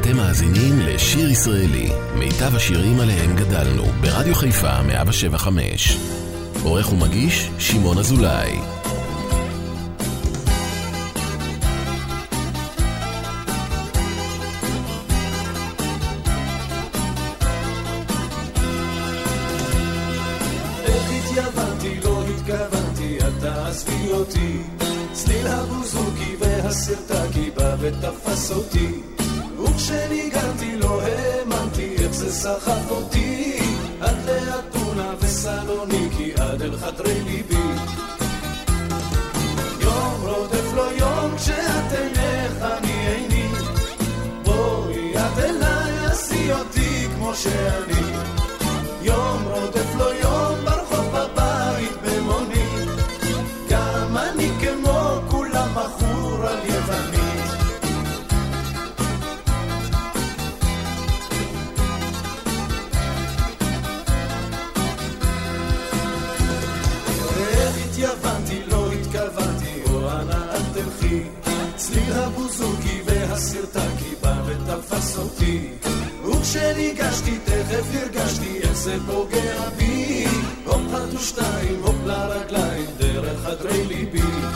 אתם מאזינים לשיר ישראלי, מיטב השירים עליהם גדלנו, ברדיו חיפה 107.5. עורך ומגיש שמעון אזולאי. צליל הבוזוקי והסרטקי בא ותפס אותי, וכשניגנתי לא האמנתי איך זה סחף אותי, עד לאתונה וסלוניקי עד אל חדרי ליבי. יום רודף לו יום כשאת אינך אני איני, בואי את אליי עשי אותי כמו שאני. יום רודף לו יום ברחוב בבית במוני, גם אני כמו כולם בחור על יוונית. איך התייוונתי לא התכוונתי, או אנה אל תלכי, צליל הבוזוקי והסרטקי בא ותפס אותי, וכשניגשתי תכף הרגשתי איך זה פוגע בי, הופ אחד ושתיים הופ לרגליים דרך חדרי ליבי.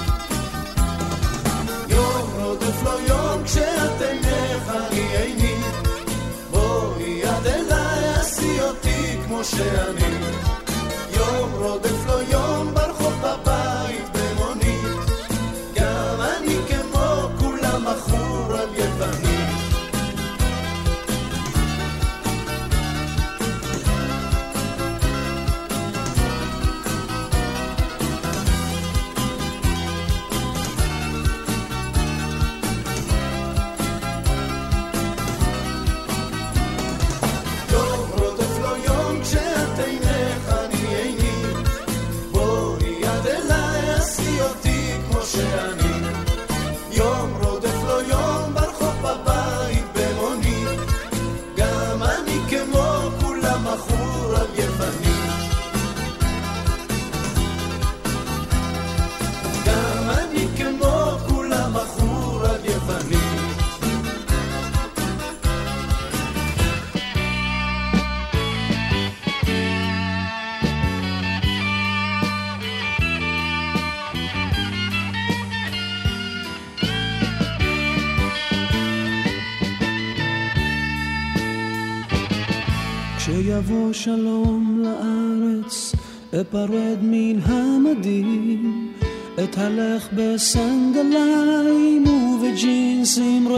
יום רודף לו יום כשאת אינך אני איני, בואי עד אליי עשי אותי כמו שאני. יום רודף לו יום ברחוב בבית במוני, גם אני כמו כולם בחור על יווני. כשיבוא שלום לארץ אפרד מן המדים, אתהלך בסנדליים ובג'ינסים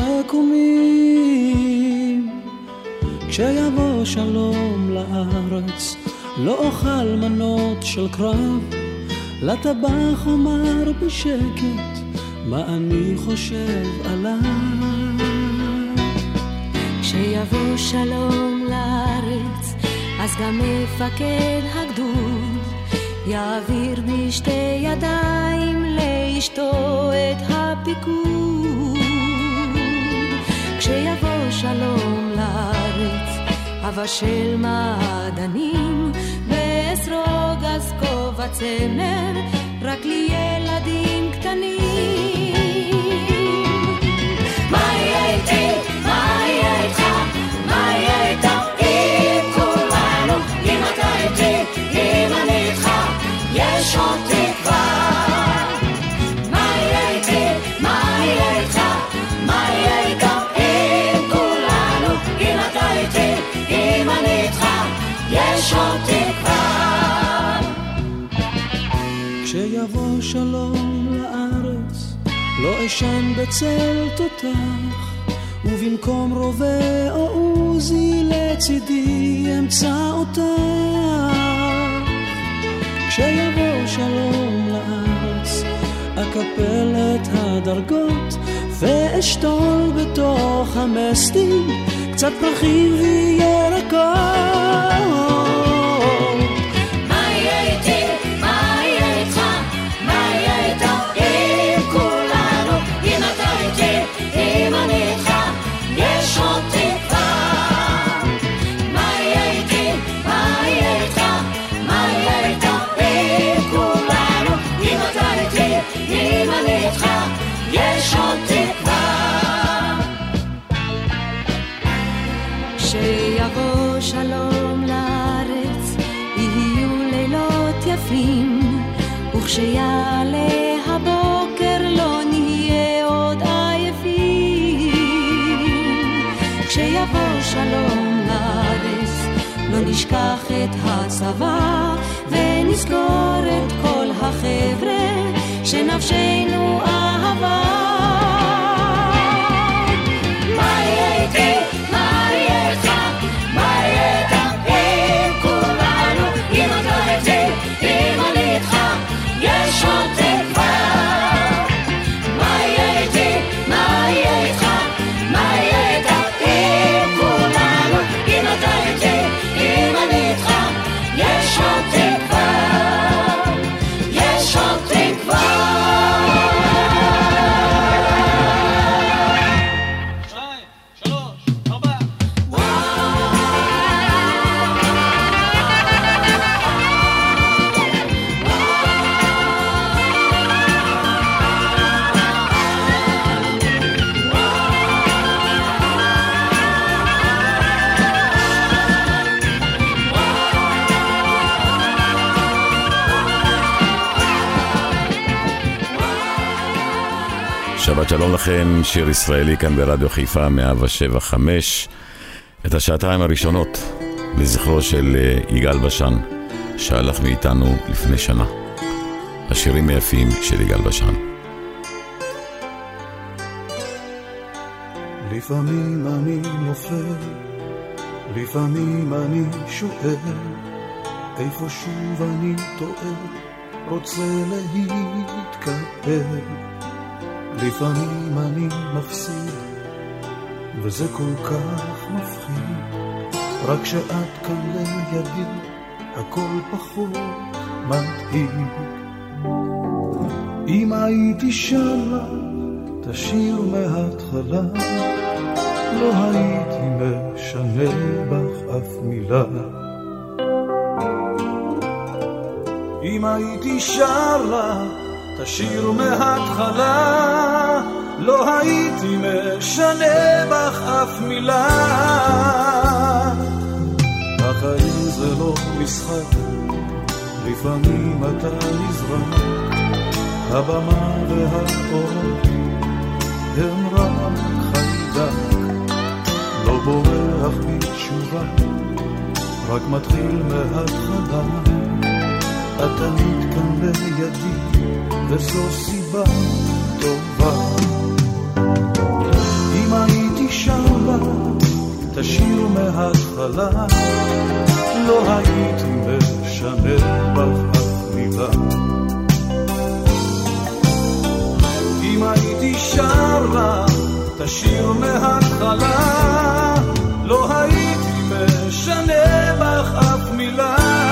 רקומים. כשיבוא שלום לארץ לא אוכל מנות של קרב, לטבח אומר בשקט מה אני חושב עליו. כשיבוא שלום לארץ אז גם מפקד הגדוד יעביר בשתי ידיים לאשתו את הפיקוד. כשיבוא שלום לארץ אבשל מעדנים ואסרוג אז כובע צמר רק לי ילדים קטנים. מה יהיה איתי? מה יהיה איתך? מה יהיה איתו? עם כולנו, אם אתה איתי, אם אני איתך, יש עוד תקווה. מה יהיה איתי? מה יהיה איתך? מה יהיה איתו? עם כולנו, אם אתה איתי, אם אני איתך, יש עוד תקווה. כשיבוא שלום לארץ לא אשן בצל תותח, ובמקום רובה או עוזי לצידי אמצא אותך. כשיבוא שלום לארץ אקפל את הדרגות ואשתול בתוך המסטים קצת פרחים וירקות. מה יהיה איתי? מה יהיה איתך? מה יהיה איתו? עם כולנו, אם אתה איתי, אם אני איתך, יש עוד תקווה. מה יהיה איתי? מה יהיה איתך? מה יהיה איתו? עם כולנו, אם אתה איתי, אם אני איתך, יש עוד תקווה. כשיבוא שלום לארץ יהיו לילות יפים, וכשיעלה הבוקר לא נהיה עוד עייפים. כשיבוא שלום לארץ לא נשכח את הצבא, ונזכור את כל החבר'ה שנפשנו אהבה. מה יהיה איתי? מה יהיה איתך? מה יהיה איתך? עם כולנו, אם אתה איתי, אם אני איתך, יש עוד תקווה. מה יהיה איתי? מה יהיה איתך? מה יהיה איתך? עם כולנו, אם אתה איתי, אם אני איתך, יש עוד תקווה. יש עוד תקווה. שבת שלום לכם, שיר ישראלי כאן ברדיו חיפה 107.5. את השעתיים הראשונות לזכרו של יגאל בשן שהלך מאיתנו לפני שנה. השירים היפים של יגאל בשן. לפעמים אני נופל, לפעמים אני שואל, איפה שוב אני טועה, רוצה להתקפל. לפעמים אני מפסיד, וזה כל כך מפחיד, רק שאת כאן לידי, הכל פחות מדהים. אם הייתי שמה, תשיר מההתחלה, לא הייתי משנה בך אף מילה. אם הייתי שר לה, תשיר מההתחלה, לא הייתי משנה בך אף מילה. החיים זה לא משחק, לפעמים אתה נזרק, הבמה והאור הם רק חיידק, לא בורח בתשובה, רק מתחיל מההתחלה. את תמיד כאן לידי, וזו סיבה טובה. אם הייתי שמה, תשיר מההתחלה, לא הייתי משנה בך אף מילה. אם הייתי שמה, תשיר מההתחלה, לא הייתי משנה בך אף מילה.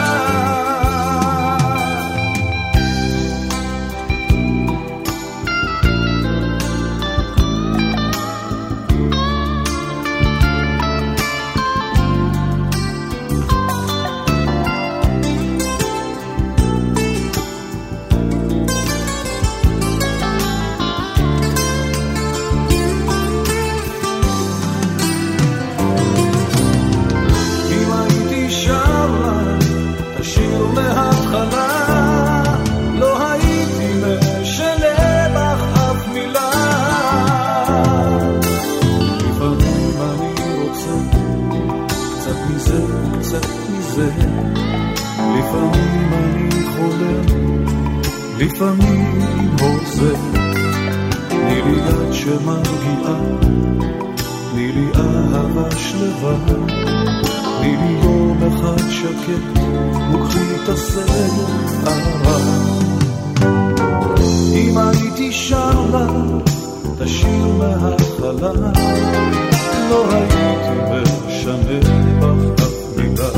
לפעמים אני חולם, לפעמים עוזר, תני לי יד שמרגיעה, תני לי אהבה שלווה, תני לי יום אחד שקט, וקחי את הסערה. אם הייתי שר לה, תשיר מההתחלה, לא הייתי משנה בך אף מילה.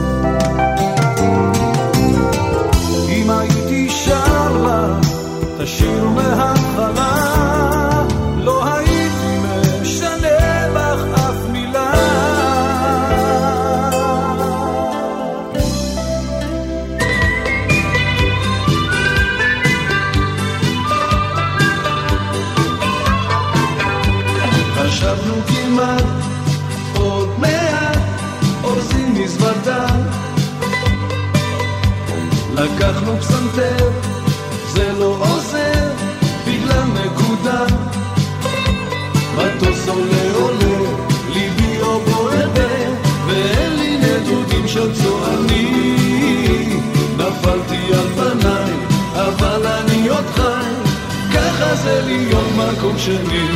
אם הייתי שר לה, תשיר מההתחלה, לא הייתי משנה בך אף מילה. חשבנו כמעט לקחנו פסנתר, זה לא עוזר בגלל נקודה. מטוס עולה עולה, ליבי או בוער, ואין לי נדודים של צועני. נפלתי על פניי, אבל אני עוד חי, ככה זה להיות מקום שני.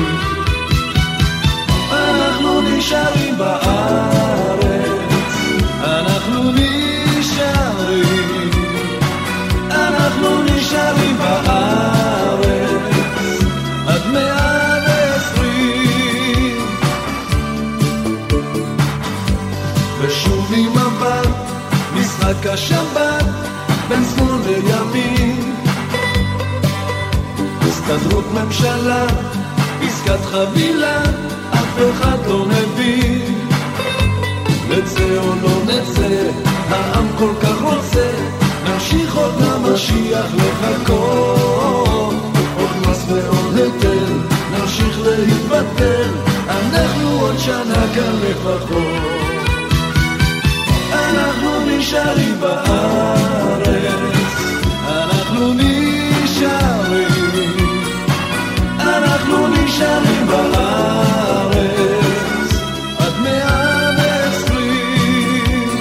אנחנו נשארים בארץ, אנחנו נשארים, אנחנו נשארים בארץ עד 120. ושוב עם מבט, משחק השבת בין שמאל לימין, הסתדרות ממשלה, עסקת חבילה, אף אחד לא מבין. נצא או לא נצא, העם כל כך רוצה, נמשיך עוד למשיח לחכות. עוד מס ועוד היטל, נמשיך להתבטל, אנחנו עוד שנה כאן לפחות. אנחנו נשארים בארץ, אנחנו נשארים, אנחנו נשארים בארץ עד 120.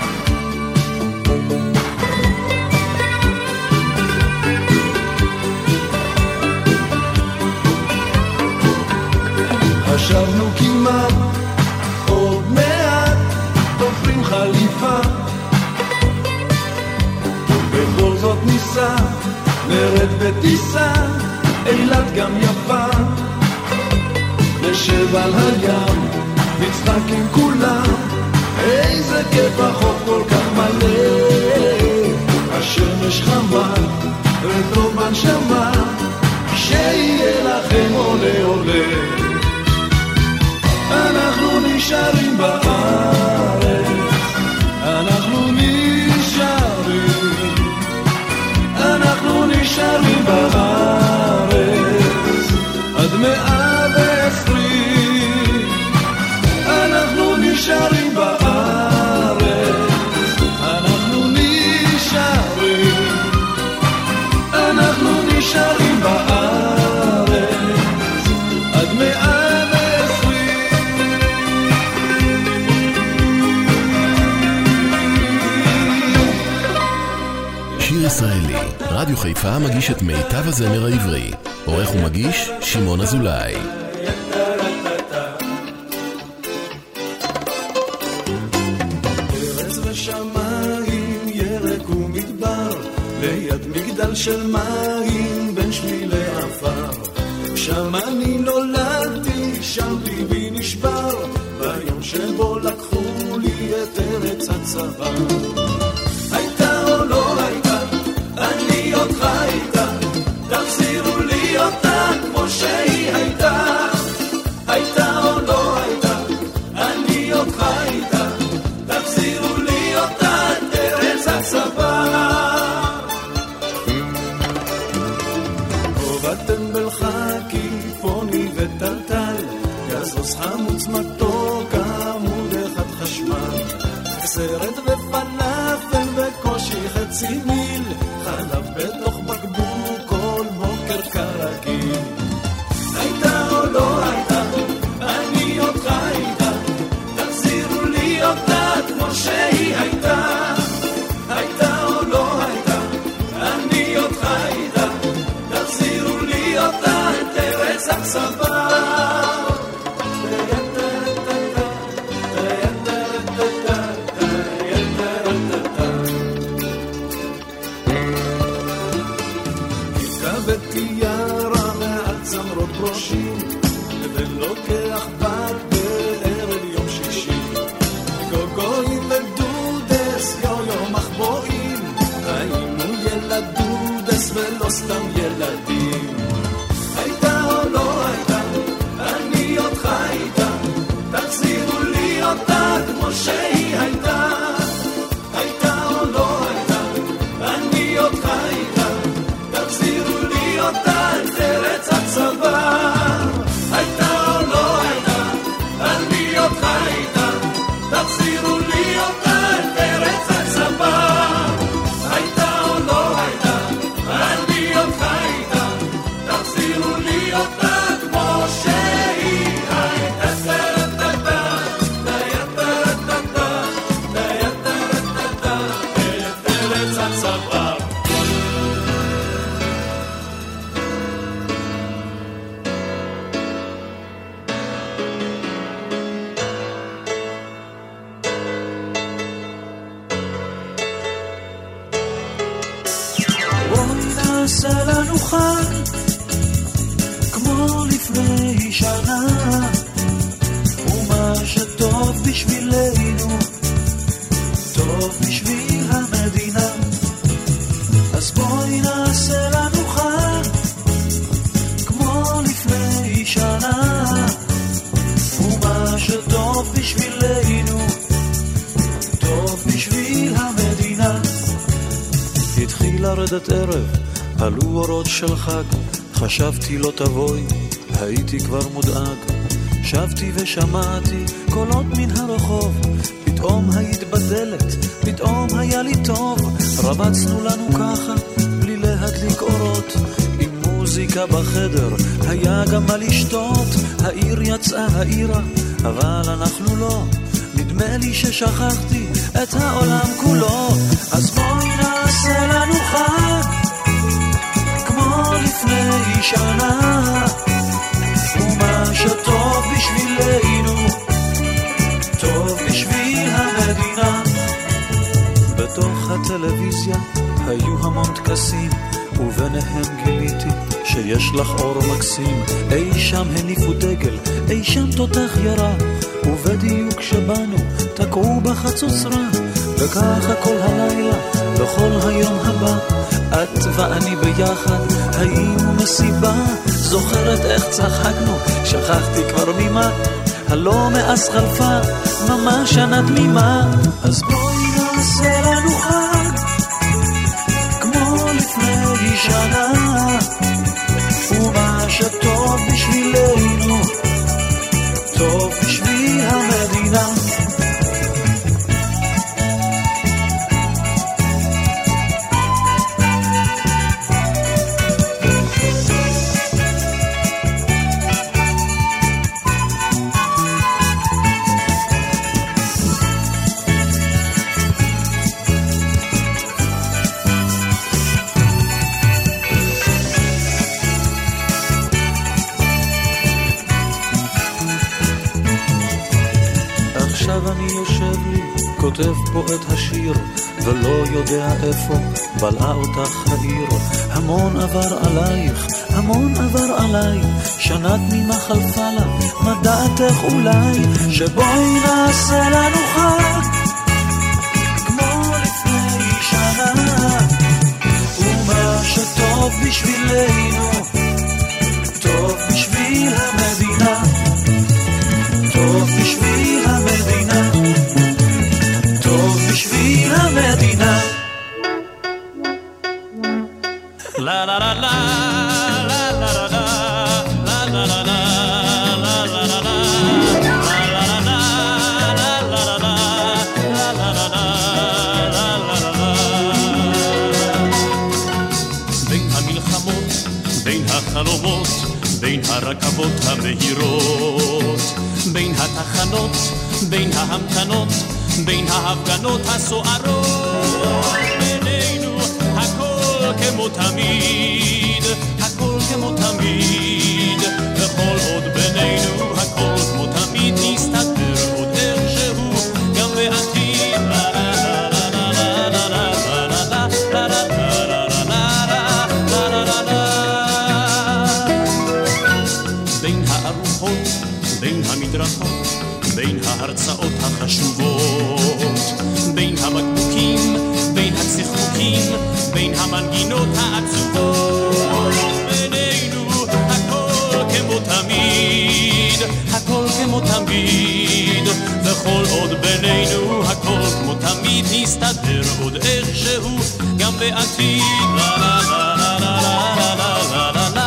חשבנו כמעט עוד מעט תופרים חליפה, בכל זאת ניסה נרד בטיסה, אילת גם יפה, נשב על הים, נצחק עם כולם, איזה כיף החוף כל כך מלא, השמש חמה וטוב בנשמה, שיהיה לכם עולה עולה. אנחנו נשארים בארץ, אנחנו נשארים, אנחנו נשארים בארץ עד 120. אנחנו נשארים בארץ, אנחנו נשארים, אנחנו נשארים בארץ עד 120. שיר ישראלי, רדיו חיפה מגיש את מיטב הזמר העברי. עורך ומגיש שמעון אזולאי. ארץ ושמיים, ירק ומדבר, ליד מגדל של מים בין שבילי עפר. שם אני נולדתי, שם ליבי נשבר, ביום שבו לקחו לי את ארץ הצבא. הייתה או לא הייתה, אני עוד חייתה, תחזירו לי אותה כמו שהיא הייתה. הייתה או לא הייתה, אני עוד חייתה, תחזירו לי אותה את ארץ הצבא. עובדתם בלחקי, פוני וטלטל, גזוס חמוץ מתוק, עמוד אחד חשמל, סרט ופלאפל וקושי חצי מיל, חלב בתוך בקבוק כל בוקר כרגיל. הייתה או לא הייתה, אני עוד חייתה, תחזירו לי אותה כמו שהיא הייתה. הייתה או לא הייתה, אני עוד חייתה, תחזירו לי אותה את ארץ הצבא. ולוקח בת בערב יום שישי, גוגויים ודודס, יו מחבואים, היינו ילדודס ולא סתם ילדים. הייתה או לא הייתה, אני עוד חייתה, תחזירו לי אותה כמו שהיא הייתה. הייתה או לא הייתה, אני עוד חייתה, תחזירו לי אותה את ארץ הצבא. הייתה או לא הייתה, אני עוד חייתה, תחזירו לי אותה את ארץ הצבא. הייתה או לא ישנה, ומה שטוב בשבילנו טוב בשביל המדינה. אז בואי נעשה לנו חג כמו לפני שנה, ומה שטוב בשבילנו טוב בשביל המדינה. התחיל לרדת ערב, עלו אורות של חג, חשבתי לא תבואי, הייתי כבר מודאג. שבתי ושמעתי קולות מן הרחוב, פתאום היית בדלת, פתאום היה לי טוב. רבצנו לנו ככה, בלי להדליק אורות, עם מוזיקה בחדר, היה גם מה לשתות. העיר יצאה העירה, אבל אנחנו לא, נדמה לי ששכחתי את העולם כולו. אז בואי נעשה לנו חג כמו לפני שנה, ומה שטוב בשבילנו טוב בשביל המדינה. בתוך הטלוויזיה היו המון תקסים, וביניהם גיליתי שיש לך אור מקסים. אי שם הניפו דגל, אי שם תותח ירה, ובדיוק שבאנו תקעו בחצוצרה. וככה כל הלילה וכל היום הבא, את ואני ביחד היינו מסיבה. זוכרת איך צחקנו, שכחתי כבר ממה, הלא מאז חלפה ממש שנה תמימה. אז בואי נעשה לנו חג כמו לפני שנה, ומה שטוב בשבילנו טוב בשביל המדינה. אני יושב לי, כותב פה את השיר, ולא יודע איפה בלעה אותך העיר. המון עבר עלייך, המון עבר עליי, שנה תמימה חלפה לה, מה דעתך אולי שבואי נעשה לנו חג כמו לפני שנה, ומה שטוב בשבילנו טוב בשביל המדינה, טוב בשביל המדינה, טוב בשביל המדינה. לה לה לה לה לה לה לה לה לה לה. החלומות, בין הרכבות המהירות, בין התחנות, בין ההמתנות, בין ההפגנות הסוערות, בינינו הכל כמו תמיד, הכל כמו תמיד, וכל עוד בינינו הכל כמו תמיד, נסתדר עוד איכשהו גם בעתיד. בין המדרכות, בין ההרצאות החשובות, בין הבקבוקים, בין הצחוקים, בין המנגינות העצובות, בינינו הכל כמו תמיד, הכל כמו תמיד, וכל עוד בינינו הכל כמו תמיד, נסתדר עוד איכשהו גם בעתיד. לה לה לה לה לה לה לה לה לה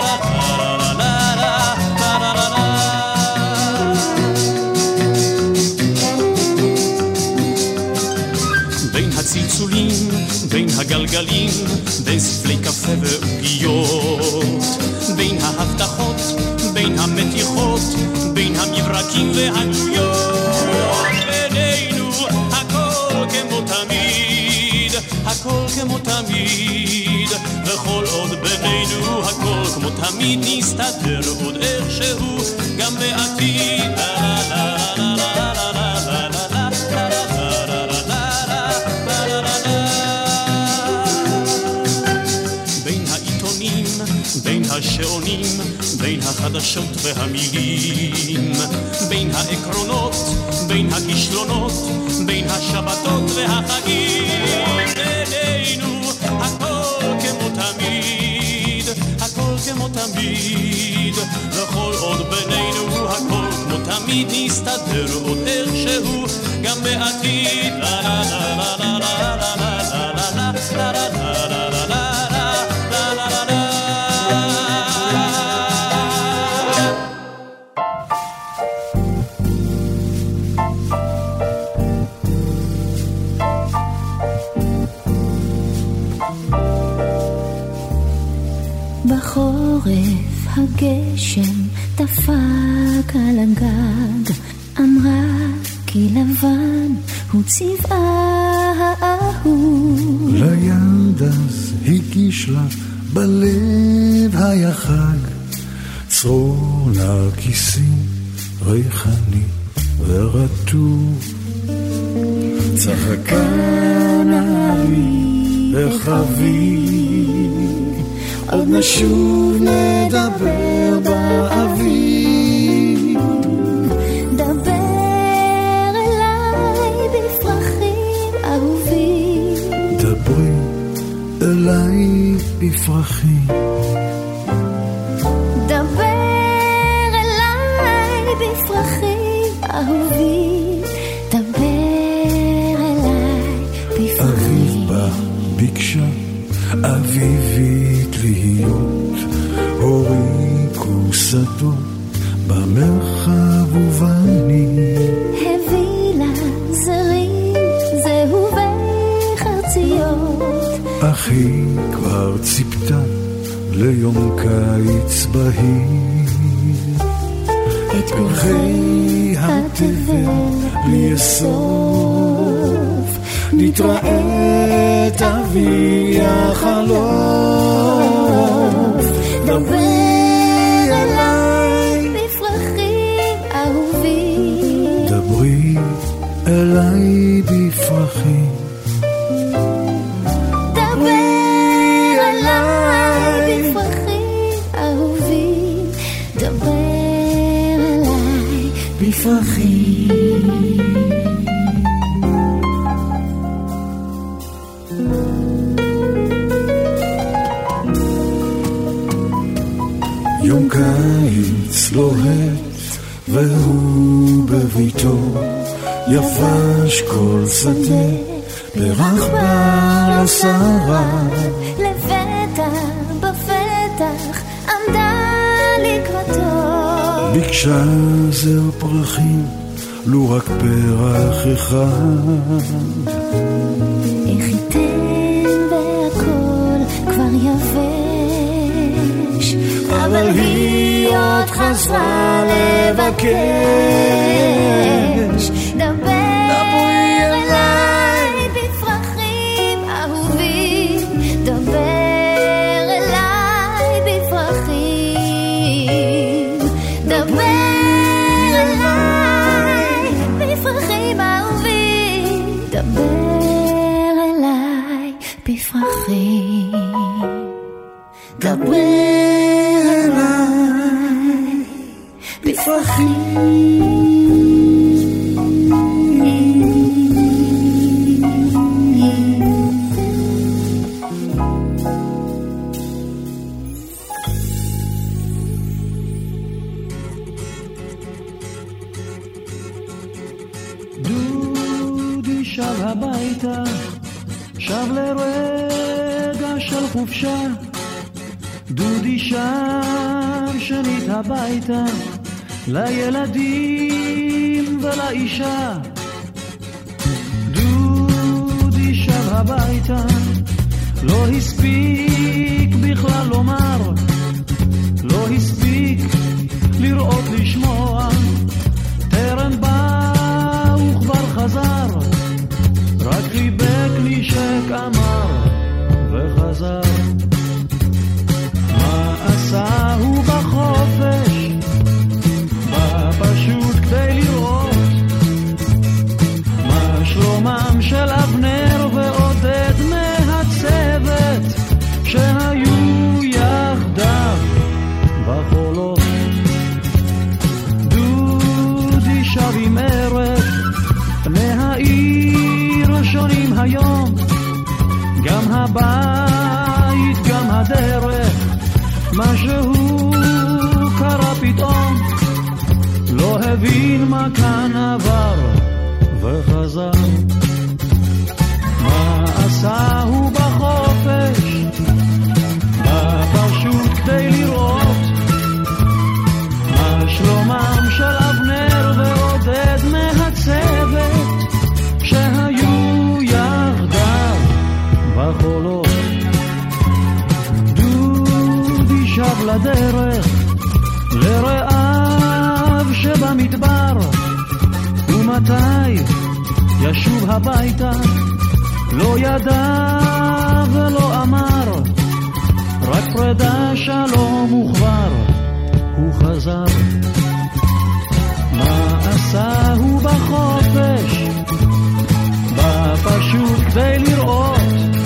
הצלצולים, בין הגלגלים, בין ספלי קפה ועוגיות, בין ההבטחות, בין המתיחות, בין המברקים והגלויות, בינינו הכל כמו תמיד, הכל כמו תמיד, וכל עוד בינינו הכל כמו תמיד, נסתדר עוד איכשהו גם בעתיד. בין השעונים, בין החדשות החדשות והמילים, בין העקרונות, בין הכישלונות, בין השבתות והחגים. בינינו הכל כמו תמיד, הכל כמו תמיד, וכל עוד בינינו הכל כמו תמיד נסתדר עוד איכשהו גם בעתיד. לה לה לה לה לה לה לה לה לה לה לה לה. בחורף הגשם דפק על הגג, אמרה כי לבן הוא צבעה האהוב. ליד אז הגיש לה בלב היה חג, צרור נרקיסים ריחני ורטוב. צחקה נערי וחביב, עוד נשוב נדבר באביב. דבר אליי בפרחים אהובים, דברי אליי בפרחים, דבר אליי בפרחים אהובים, דבר אליי בפרחים. אביב בא ביקשה אביבית להיות, הוריקו שדות במרחב ובני, הביא לה זרים זהובי חרציות, אך היא כבר ציפתה ליום קיץ בהיר. את פרחי התבל בלי סוף, נתראה תביא החלוף. דברי אליי בפרחים אהובים, דברי אליי בפרחים, דבר אליי בפרחים אהובים, דבר אליי בפרחים. יום קיץ לוהט והוא בביתו, יבש כל שדה פרח בר השרה. לפתע בפתח עמדה לקראתו, ביקשה זר פרחים לו רק פרח אחד. איך ייתן והכל כבר יבש, אבל היא עוד חזרה לבקש. דבר אליי בפרחים אהובים, דבר אליי בפרחים, דבר אליי בפרחים אהובים, דבר אליי בפרחים, דבר אליי בפרחים. דודי שב הביתה, שב לרגע של חופשה. דודי שב שנית הביתה, לילדים ולאישה. דודי שב הביתה, לא הספיק בכלל לומר, לא הספיק לראות לשמוע. טרם בא וכבר חזר, רק חיבק נשק אמר וחזר. מה עשה הוא בחופש? בא פשוט כדי לראות מה שלומם של אבנר ועודד מהצוות שהיו יחדיו בחולות. משהו קרה פתאום, לא הבין מה כאן עבר וחזר. מה עשה הוא בחופש, בא פשוט כדי לראות מה שלומם של אבנר ועודד מהצוות שהיו יחדיו בחולות. דודי שב לדרך לרעב שבמדבר, ומתי ישוב הביתה לא ידע ולא אמר, רק פרידה שלום וכבר הוא חזר. מה עשה הוא בחופש, בא פשוט כדי לראות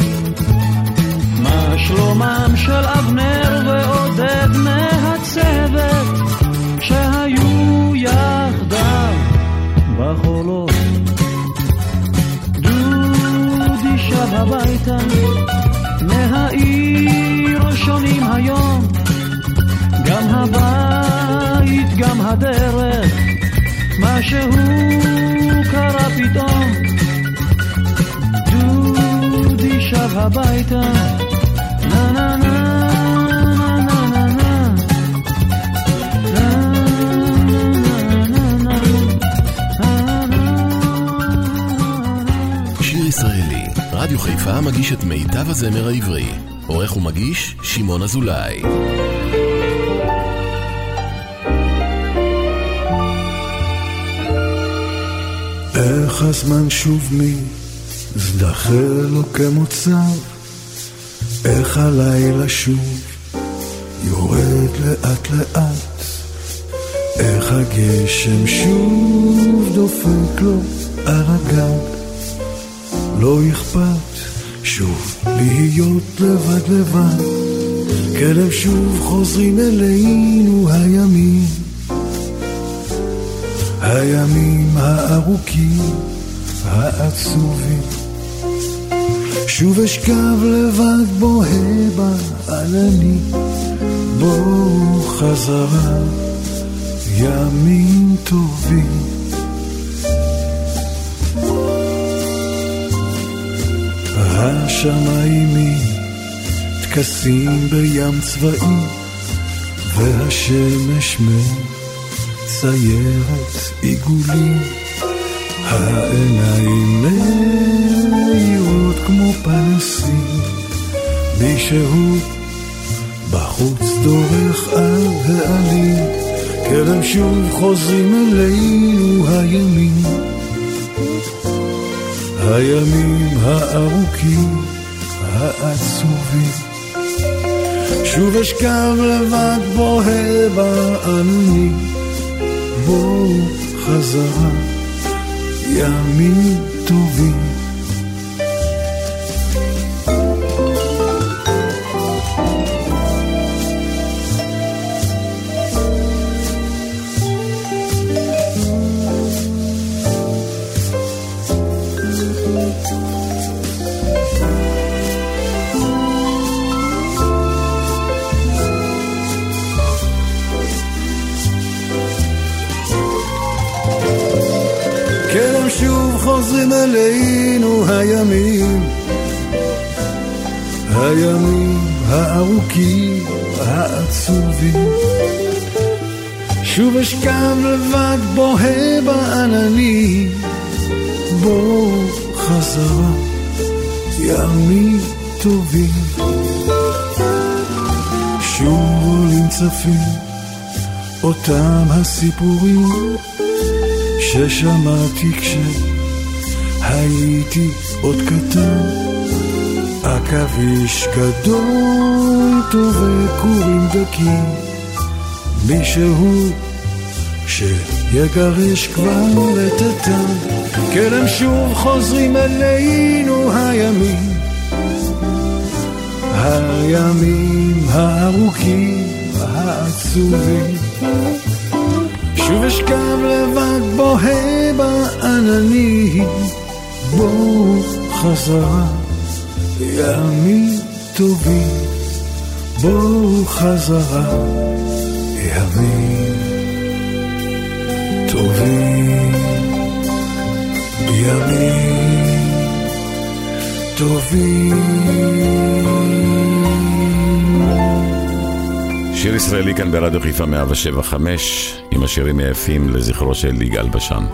מה שלומם של אבנר ועודד מהצוות שהיו יחדיו בחולות. דודי שב הביתה מהעיר, שונים היום גם הבית גם הדרך, משהו קרה פתאום. דודי שב הביתה נה נה נה ישראלי, רדיו חיפה מגיש את מיטב הזמר העברי. עורך ומגיש שמעון אזולאי. איך הזמן שוב מזדחל לו כמוצב, איך הלילה שוב יורד לאט לאט, איך הגשם שוב דופק לו על הגב. לא אכפת שוב להיות לבד לבד, כלב שוב חוזרים אלינו הימים, הימים הארוכים העצובים. שוב אשכב לבד בוהה בעלני, בואו חזרה ימים טובים. השמיים מתכסים בים צבאי, והשמש מציירת עיגולים. העיניים מאירות כמו פנסים, מישהו בחוץ דורך על העלים, כלם שוב חוזרים אלינו הימים, הימים הארוכים העצובים. שוב אשכב לבד בוהה בענני, בואו חזרה ימים טובים. חוזרים אלינו הימים, הימים הארוכים העצובים. שוב אשכב לבד בוהה בעננים, בואו חזרה ימים טובים. שוב עולים צפים אותם הסיפורים ששמעתי כשהייתי עוד קטן, עכביש גדול טוב וכורים דקים, מישהו שיגרש כבר לטטן. כלם שוב חוזרים אלינו הימים, הימים הארוכים העצובים. שוב אשכב לבד בוהה בעננים, בואו חזרה ימים טובים. בואו חזרה ימים טובים, ימים טובים. שיר ישראלי כאן ברדיו חיפה 107.5 עם השירים היפים לזכרו של יגאל בשן.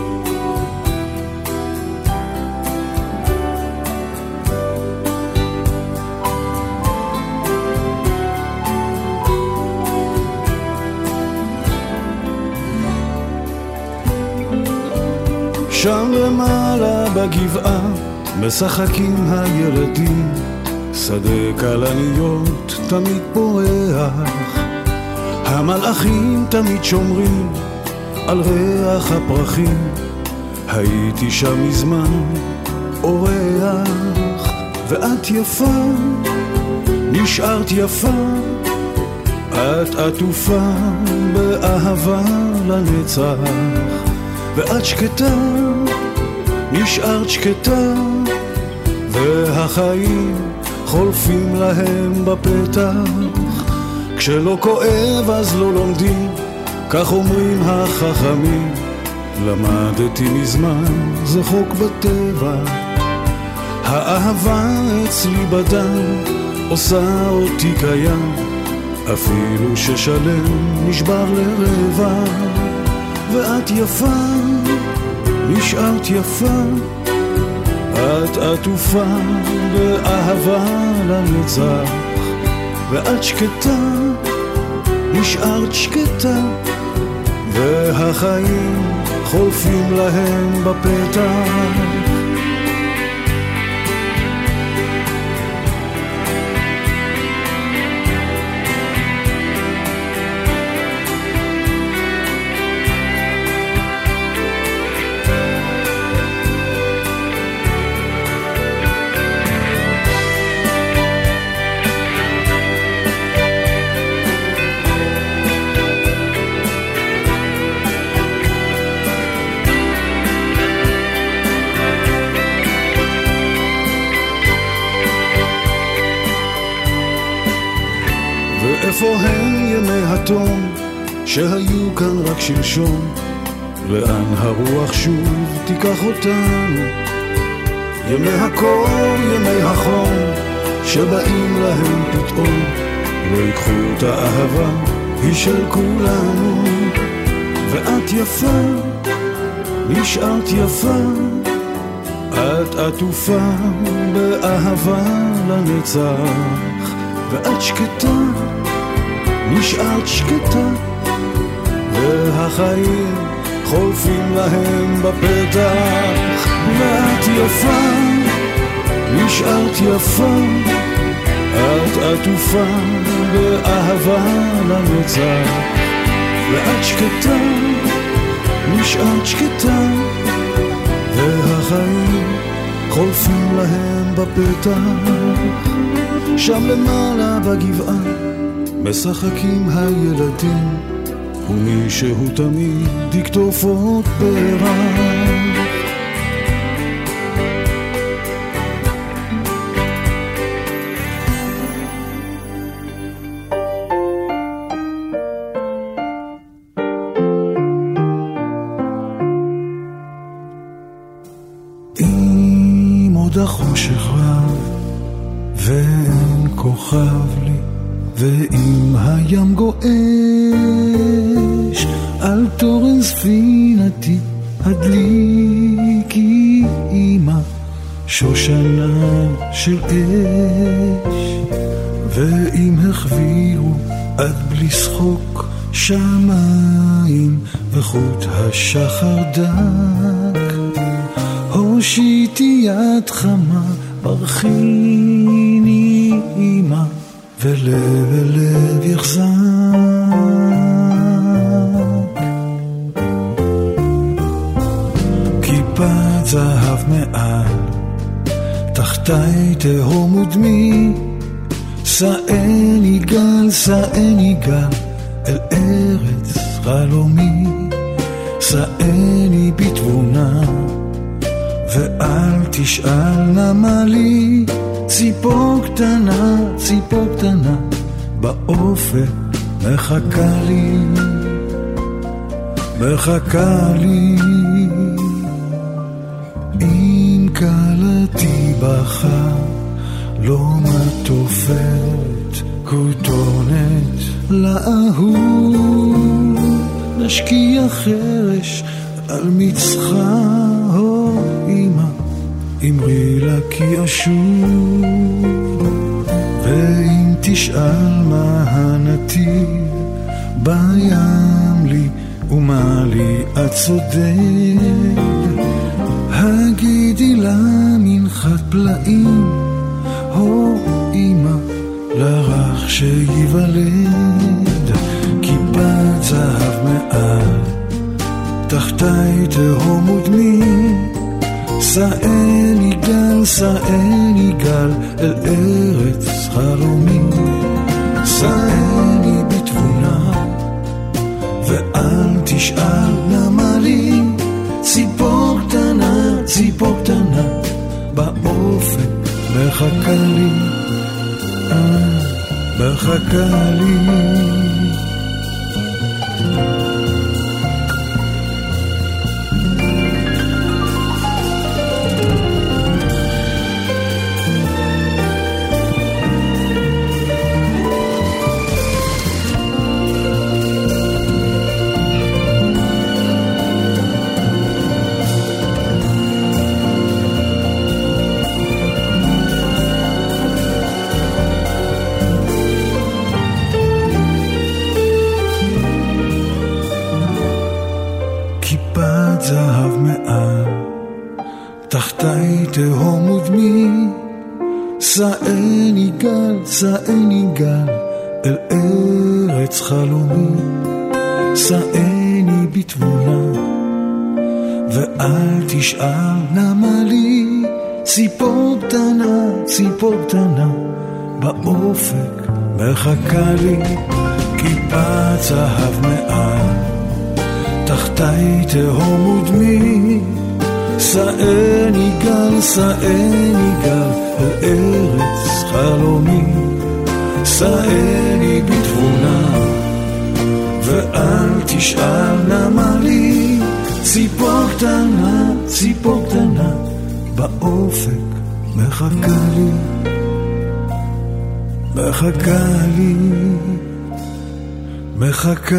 שם למעלה בגבעה משחקים הילדים, שדה כלניות תמיד פורח, המלאכים תמיד שומרים על ריח הפרחים, הייתי שם מזמן אורח, ואת יפה, נשארת יפה, את עטופה באהבה לנצח, ואת שקטה, נשארת שקטה, והחיים חולפים להם בפתח, כשלא כואב אז לא לומדים, כך אומרים החכמים, למדתי מזמן, זה חוק בטבע, האהבה אצלי בדם, עושה אותי קיים, אפילו ששלם נשבר לרבע, ואת יפה, נשארת יפה, את עטופה באהבה לנצח, ואת שקטה, נשארת שקטה, והחיים חולפים להם בפתח. איפה הם ימי התום שהיו כאן רק שלשום, לאן הרוח שוב תיקח אותנו, ימי הקור, ימי החום שבאים להם פתאום, לא ייקחו את האהבה, היא של כולנו, ואת יפה, נשארת יפה, את עטופה באהבה לנצח, ואת שקטה, נשארת שקטה, והחיים חולפים להם בפתח, ואת יפה, נשארת יפה, את עטופה באהבה לנצח, ואת שקטה, נשארת שקטה, והחיים חולפים להם בפתח, שם למעלה בגבעה משחקים הילדים, ומישהו תמיד יקטוף עוד פרח. אם עוד החושך רב ואין כוכב לי, ואם הים גועש על תורן ספינתי, הדליקי אמא שושנה של אש, ואם החבירו עד בלי שחוק שמיים וחוט השחר דק, הושיטי יד חמה ברכיני אמא, ולב אל לב יחזק. כיפת זהב מעל, תחתי תהום ודמי, שאני גל, שאני גל, אל ארץ חלומי, שאני בתבונה, ואל תשאל נמה לי, ציפור קטנה, ציפור קטנה, באופק מחכה לי, מחכה לי. אם קלתי בכה לא מטופת כותונת לאהוב, נשקיע חרש על מצחה. הו אמא אמרי לה כי אשוב, ואם תשאל מה הנתיב בים לי ומה לי את צודק, הגידי לה מנחת פלאים. הו אמא לרך שיוולד, כיפת זהב מעל תחתי תהום ודמי. סעני גל, סעני גל אל ארץ חלומי. סעני בתבונה ואל תשאל למה לי. ציפור קטנה, ציפור קטנה באופק מחכה לי, מחכה לי. זהב מעל תחתי תהום ודמי. סעני גל, סעני גל אל ארץ חלומי. סעני בתבונה ואל תשאל למה לי. ציפור קטנה, ציפור קטנה באופק מחכה לי. כיפת זהב מעל תחתי תהום ודמי. סעני גל, סעני גל אל ארץ חלומי. סעני בתבונה ואל תשאל למה לי. ציפור קטנה, ציפור קטנה באופק מחכה לי, מחכה לי, מחכה.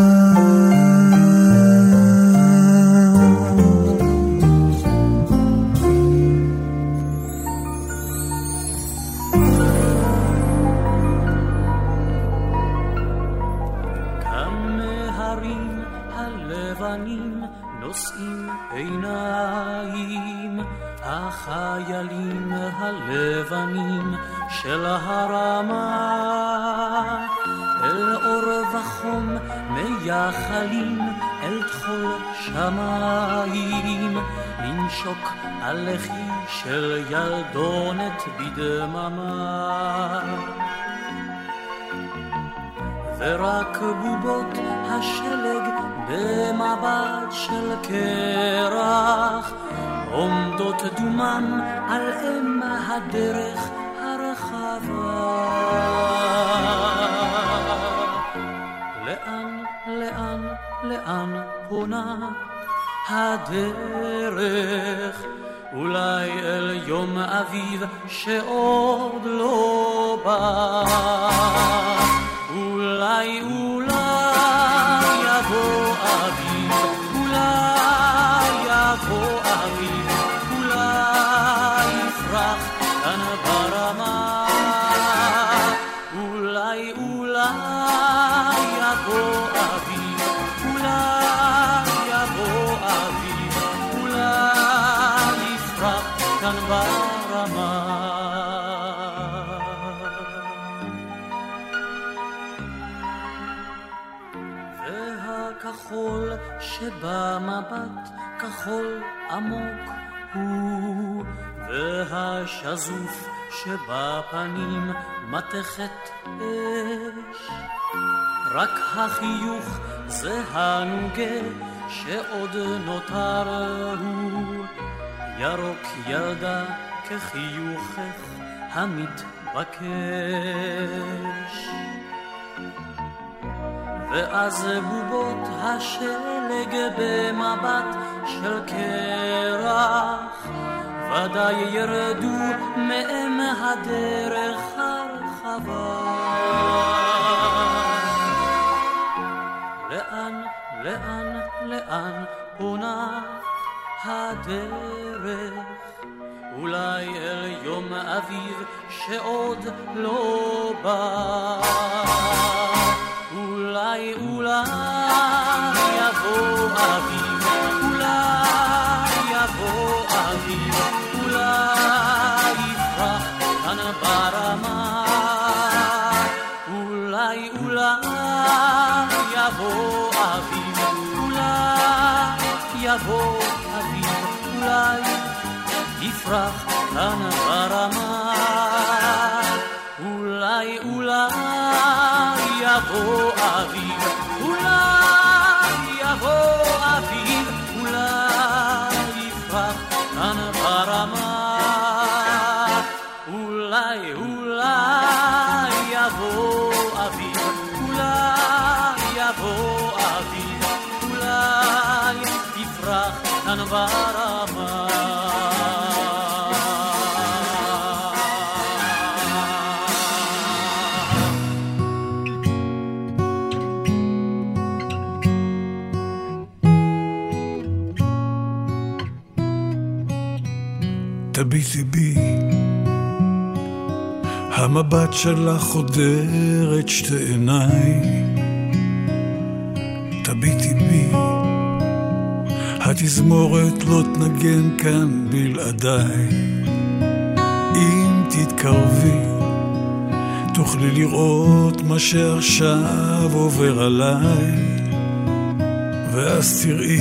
נושאים עיניים, החיילים הלבנים של הרמה, אל אור וחום מייחלים אל תחול שמיים, לנשוק על לחי של ילדונת בדממה. ורק בובות השלג במבט של קרח עומדות דומם על אם הדרך הרחבה. לאן, לאן, לאן פונה הדרך? אולי אל יום אביב שעוד לא בא. אולי, אולי יבוא אביב, אולי יבוא אביב, אולי יפרח כאן ברמה. אולי, אולי יבוא אביב, אולי יבוא אביב, אולי יפרח כאן ברמה. כחול שבמבט כחול עמוק הוא, והשזוף שבפנים מתכת אש. רק החיוך זה הנוגה שעוד נותר הוא, ירוק ילדה כחיוכך המתבקש. ואז בובות השלג במבט של קרח ודאי ירדו מהם הדרך הרחבה. לאן, לאן, לאן פונה הדרך? אולי אל יום אביב שעוד לא בא. אולי, אולי יבוא אביב, אולי יבוא אביב, אולי יפרח כאן ברמה. אולי, אולי יבוא אביב, אולי יבוא אביב, אולי יפרח כאן ברמה. אולי, אולי יבוא אביב, אולי יבוא אביב, אולי יפרח כאן ברמה. אולי, אולי יבוא אביב, אולי יבוא אביב, אולי יפרח כאן ברמה. תביטי בי, המבט שלך חודר את שתי עיניי. תביטי בי, התזמורת לא תנגן כאן בלעדיי. אם תתקרבי, תוכלי לראות מה שעכשיו עובר עליי. ואז תראי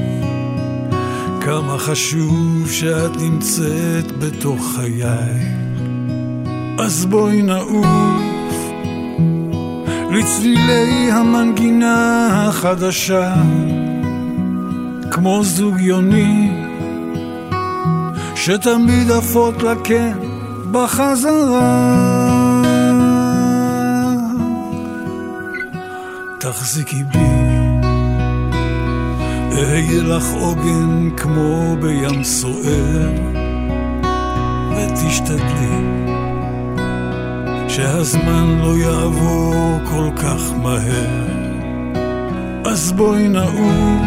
כמה חשוב שאת נמצאת בתוך חיי. אז בואי נעוף לצלילי המנגינה החדשה, כמו זוג יוני שתמיד עפות לכן בחזרה. תחזיקי בי, אהיה לך עוגן כמו בים סוער, ותשתדלי שהזמן לא יעבור כל כך מהר. אז בואי נעוף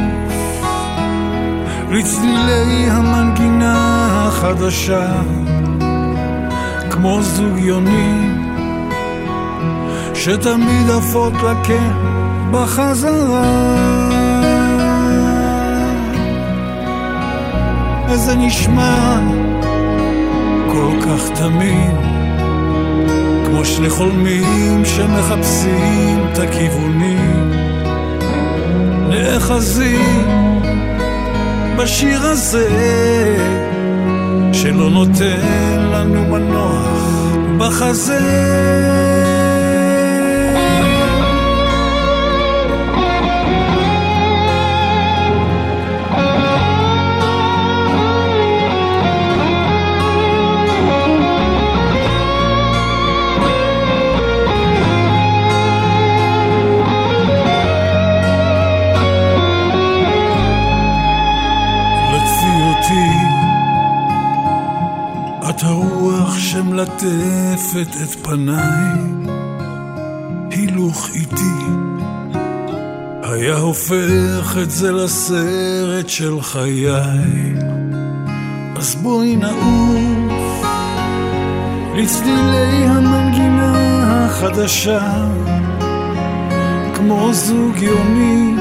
לצלילי המנגינה החדשה, כמו זוג יוני שתמיד עפות לכן בחזרה. וזה נשמע כל כך תמיד, כמו שני חולמים שמחפשים את הכיוונים, נאחזים בשיר הזה שלא נותן לנו מנוח בחזה. את הרוח שמלטפת את פניי, הילוך איתי היה הופך את זה לסרט של חיי. אז בואי נעוף לצלילי המנגינה החדשה, כמו זוג יוני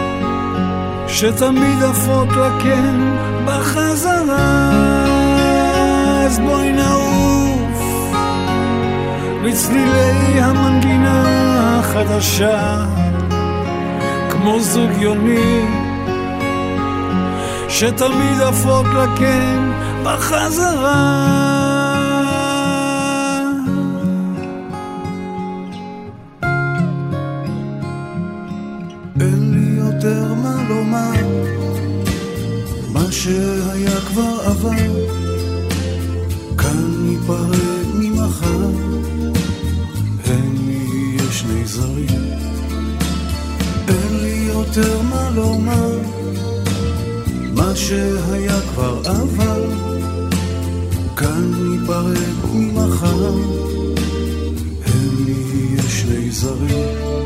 שתמיד עפות לכן בחזרה. אז בואי נעוף לצלילי המנגינה החדשה, כמו זוג יוני שתמיד עפות לכן בחזרה. אין לי יותר מה לומר, מה שהיה כבר עבר, כאן ניפרד ממחר. אין לי יש נזרים, אין לי יותר מה לומר, מה שהיה כבר עבר, כאן ניפרד ממחר, הם נהיה שני זרים.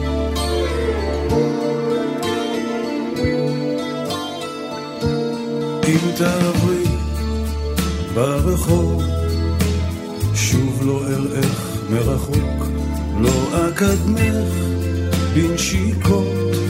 אם תעברי ברחוב, שוב לא אראך מרחוק, לא אקדמך בנשיקות,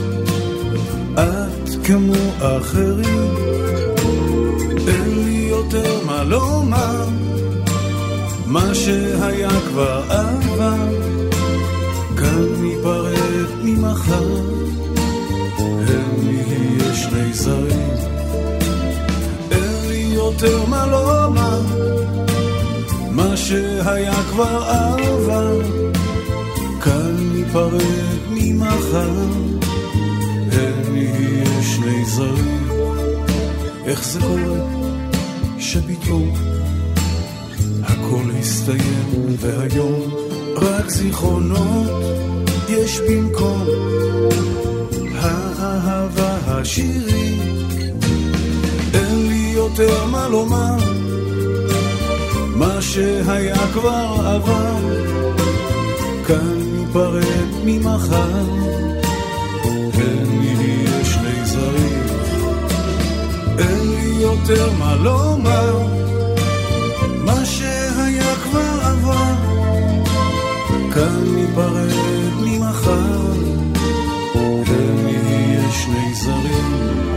את כמו אחרים, אין לי יותר מה לומר, מה שהיה כבר עבר, כאן ניפרד ממחר, הם נהיה שני זרים. אין לי יותר מה לומר, מה שהיה כבר עבר, כאן ניפרד ממחר, הם נהיה שני זרים. איך זה קורה שפתאום הכל הסתיים והיום רק זיכרונות יש במקום האהבה השירים. אין לי יותר מה לומר, מה שהיה כבר עבר, כאן ניפרד ממחר, ונהיה שני זרים. אין לי יותר מה לומר, מה שהיה כבר עבר, כאן ניפרד ממחר, ונהיה שני זרים.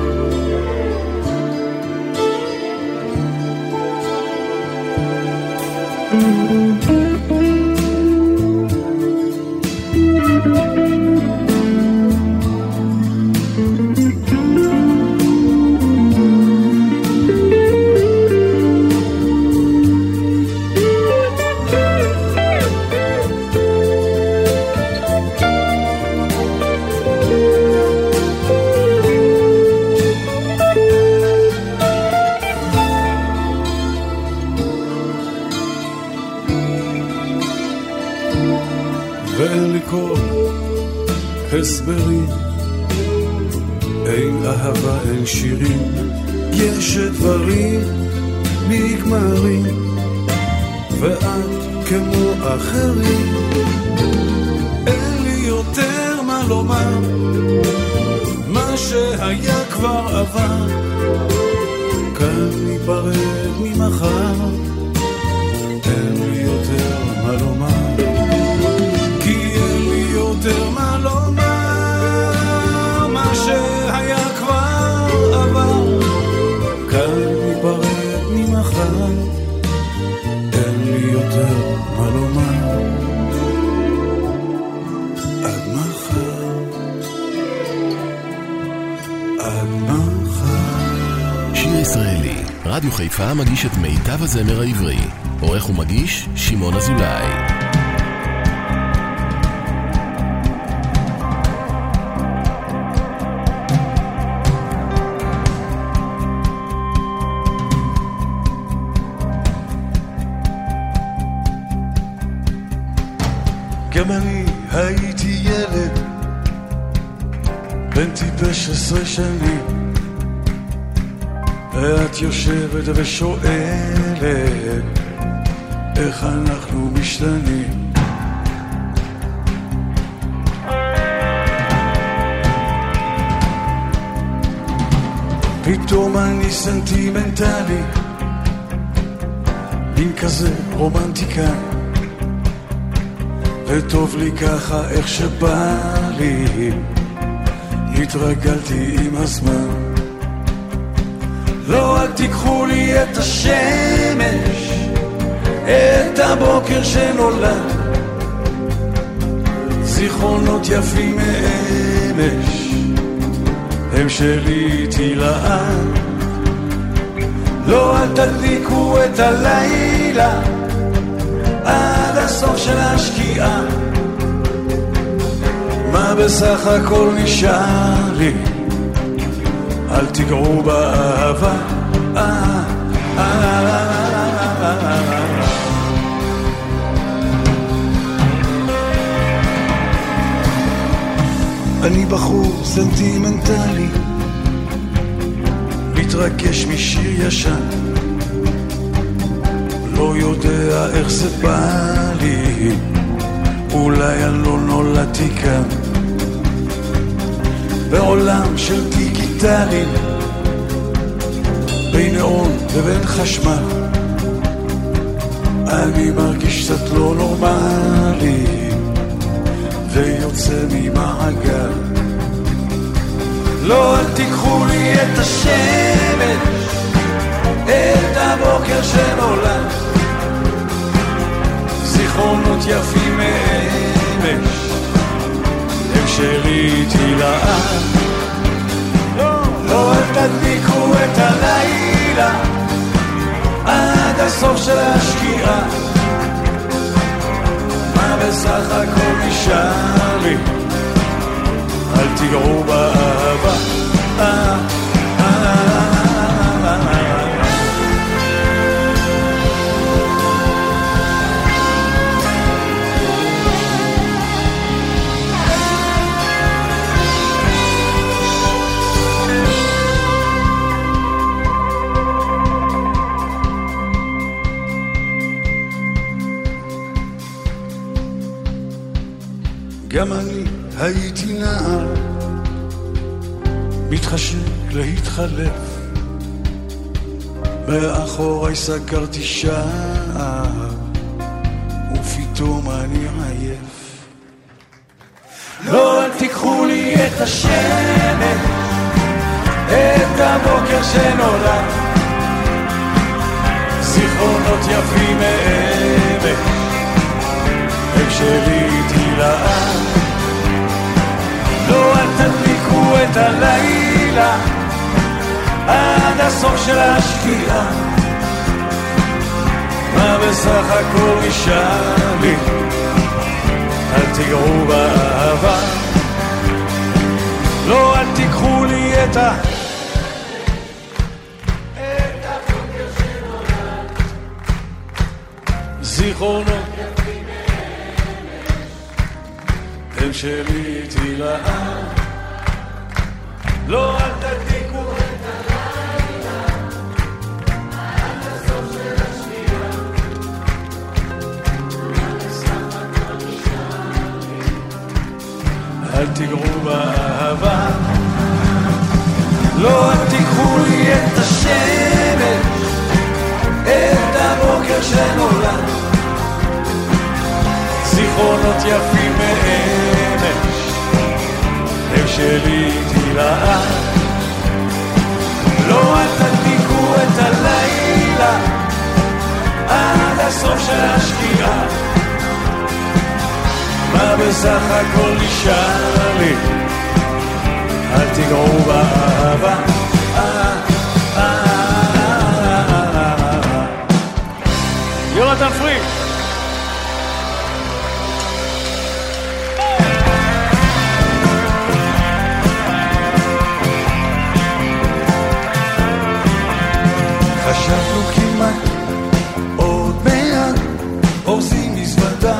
ואין לי כל הסברים, אין אהבה, אין שירים, יש דברים נגמרים, ואת כמו אחרים. אין לי יותר מה לומר, מה שהיה כבר עבר, כאן ניפרד ממחר. אין לי יותר מה לומר, יותר מה לומר, מה שהיה כבר עבר, כאן ניפרד ממחר. אין לי יותר מה לומר, עד מחר, עד מחר. שיר ישראלי, רדיו חיפה מגיש את מיטב הזמר העברי, עורך ומגיש שמעון אזולאי. גם אני הייתי ילד בן טיפש 16 שנים, ואת יושבת ושואלת איך אנחנו משתנים. פתאום אני סנטימנטלי, מין כזה רומנטיקה, וטוב לי ככה איך שבא לי, התרגלתי עם הזמן. לא, אל תיקחו לי את השמש, את הבוקר שנולד, זיכרונות יפים מאמש, הם שלי איתי לעד. לא, אל תדליקו את הלילה עד הסוף של השקיעה, מה בסך הכל נשאר לי, אל תגעו באהבה. אני בחור סנטימנטלי, מתרגש משיר ישן, לא יודע איך זה בא לי, אולי אני לא נולדתי כאן. בעולם של דיגיטלים, בין נאון ובין חשמל, אני מרגיש קצת לא נורמלי, ויוצא ממעגל. לא, אל תיקחו לי את השמש, את הבוקר שנולד, זיכרונות יפים מאמש, הם שלי איתי לעד. לא, אל תדליקו את הלילה עד הסוף של השקיעה, מה בסך הכל נשאר לי, אל תגעו באהבה. גם אני הייתי נער, מתחשק להתחלף, מאחורי סגרתי שער, ופתאום אני עייף. לא, אל תיקחו לי את השמש, את הבוקר שנולד, זיכרונות יפים מאמש, הם שלי איתי לעד. לא, אל תדליקו את הלילה עד הסוף של השקיעה, מה בסך הכל נשאר לי, אל תגעו באהבה. לא, אל תיקחו לי את הבוקר שנולד, זיכרונות הם שלי איתי לעד. לא, אל תדליקו את הלילה עד הסוף של השקיעה, בסך הכל נשאר לי, אל תגעו באהבה. לא, אל תיקחו לי את השמש, את הבוקר שנולד, זיכרונות יפים מאמש, הם שלי איתי לעד. לא, אל תדליקו את הלילה עד הסוף של השקיעה, מה בסך הכל נשאר לי, אל תגעו באהבה. יונתן פריד. חשבנו כמעט עוד מעט אורזים מזוודה,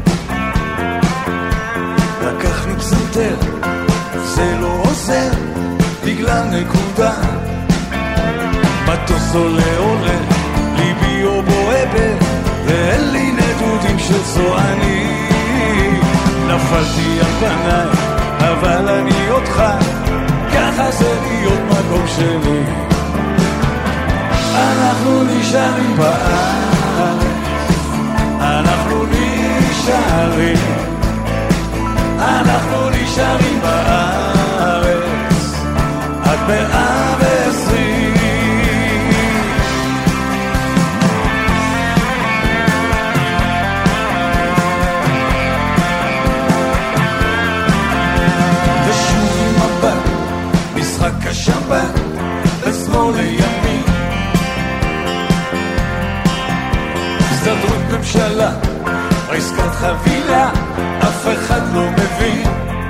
לקחנו פסנתר, זה לא עוזר בגלל נקודה, מטוס עולה, ליבי או בועבת, ואין לי נדודים של צוענים. נפלתי על פניי, אבל אני אותך, ככה זה להיות מקום שלי. אנחנו נשארים בארץ, אנחנו נשארים, אנחנו נשארים בארץ עד 120. ושוב עם מבט, משחק השבת, לשמאל לימין, הסתדרות ממשלה, עסקת חבילה, אף אחד לא מבין,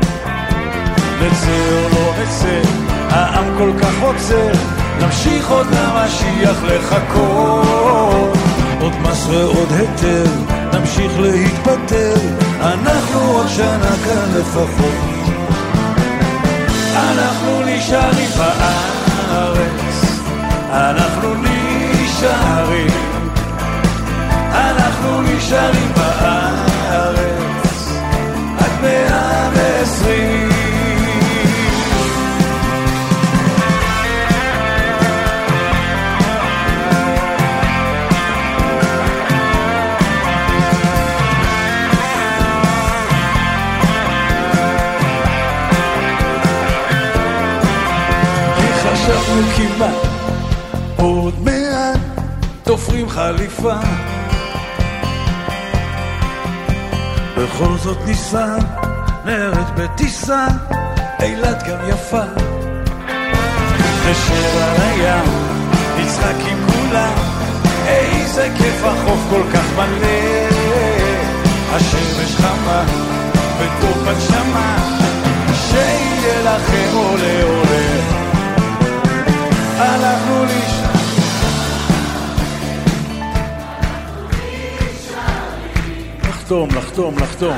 נצא או לא נצא, העם כל כך רוצה, נמשיך עוד למשיח לחכות, עוד מס ועוד היתר, נמשיך להתפטר, אנחנו עוד שנה כאן לפחות. אנחנו נשארים בארץ, אנחנו נשארים, אנחנו נשארים בארץ עד 120. חשבנו כמעט עוד מעט תופרים חליפה, בכל זאת ניסה נרד בטיסה, אילת גם יפה, נשב על הים נצחק עם כולם, איזה כיף החוף כל כך מלא, השמש חמה וטוב בנשמה, שיהיה לכם עולה עולה. אנחנו לחתום, לחתום, לחתום.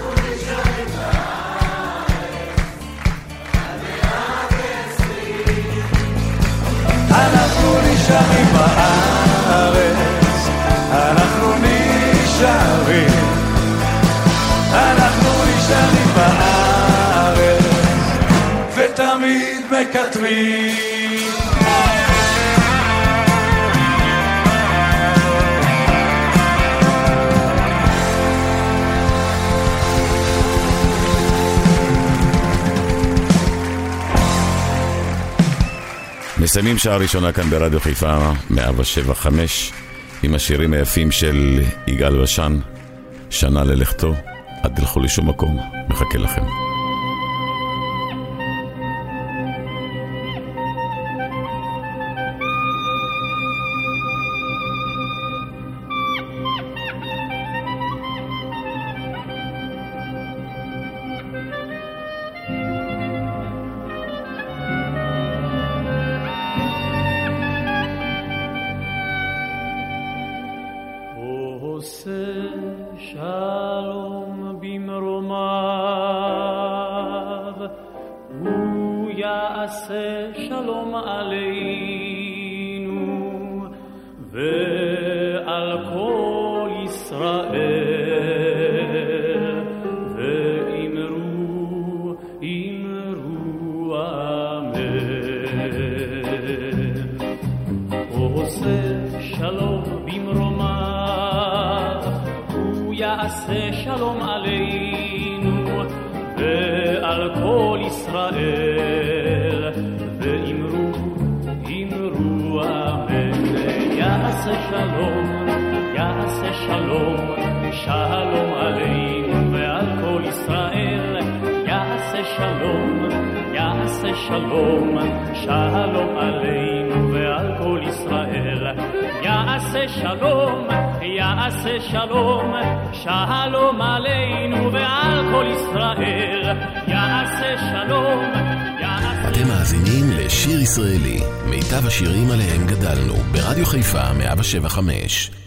אנחנו נשארים בארץ, אנחנו נשארים, אנחנו נשארים בארץ, ותמיד מקטרים. מסיימים שעה ראשונה כאן ברדיו חיפה 107.5 עם השירים היפים של יגאל בשן, שנה ללכתו, אל תלכו לשום מקום, מחכה לכם. שלום במרומיו, הוא יעשה שלום עלינו ועל כל ישראל, ואמרו אמרו אמן. עושה שלום במרומיו, יעשה שלום עלינו ועל כל ישראל, ואמרו אמרו אמן. יעשה שלום, יעשה שלום, שלום עלינו ועל כל ישראל, יעשה שלום, יעשה שלום, שלום עלינו ועל כל ישראל, יעשה שלום, יעשה שלום, שלום עלינו ועל כל ישראל, יעשה שלום. אתם מאזינים לשיר ישראלי, מיטב השירים עליהם גדלנו, ברדיו חיפה 107.5.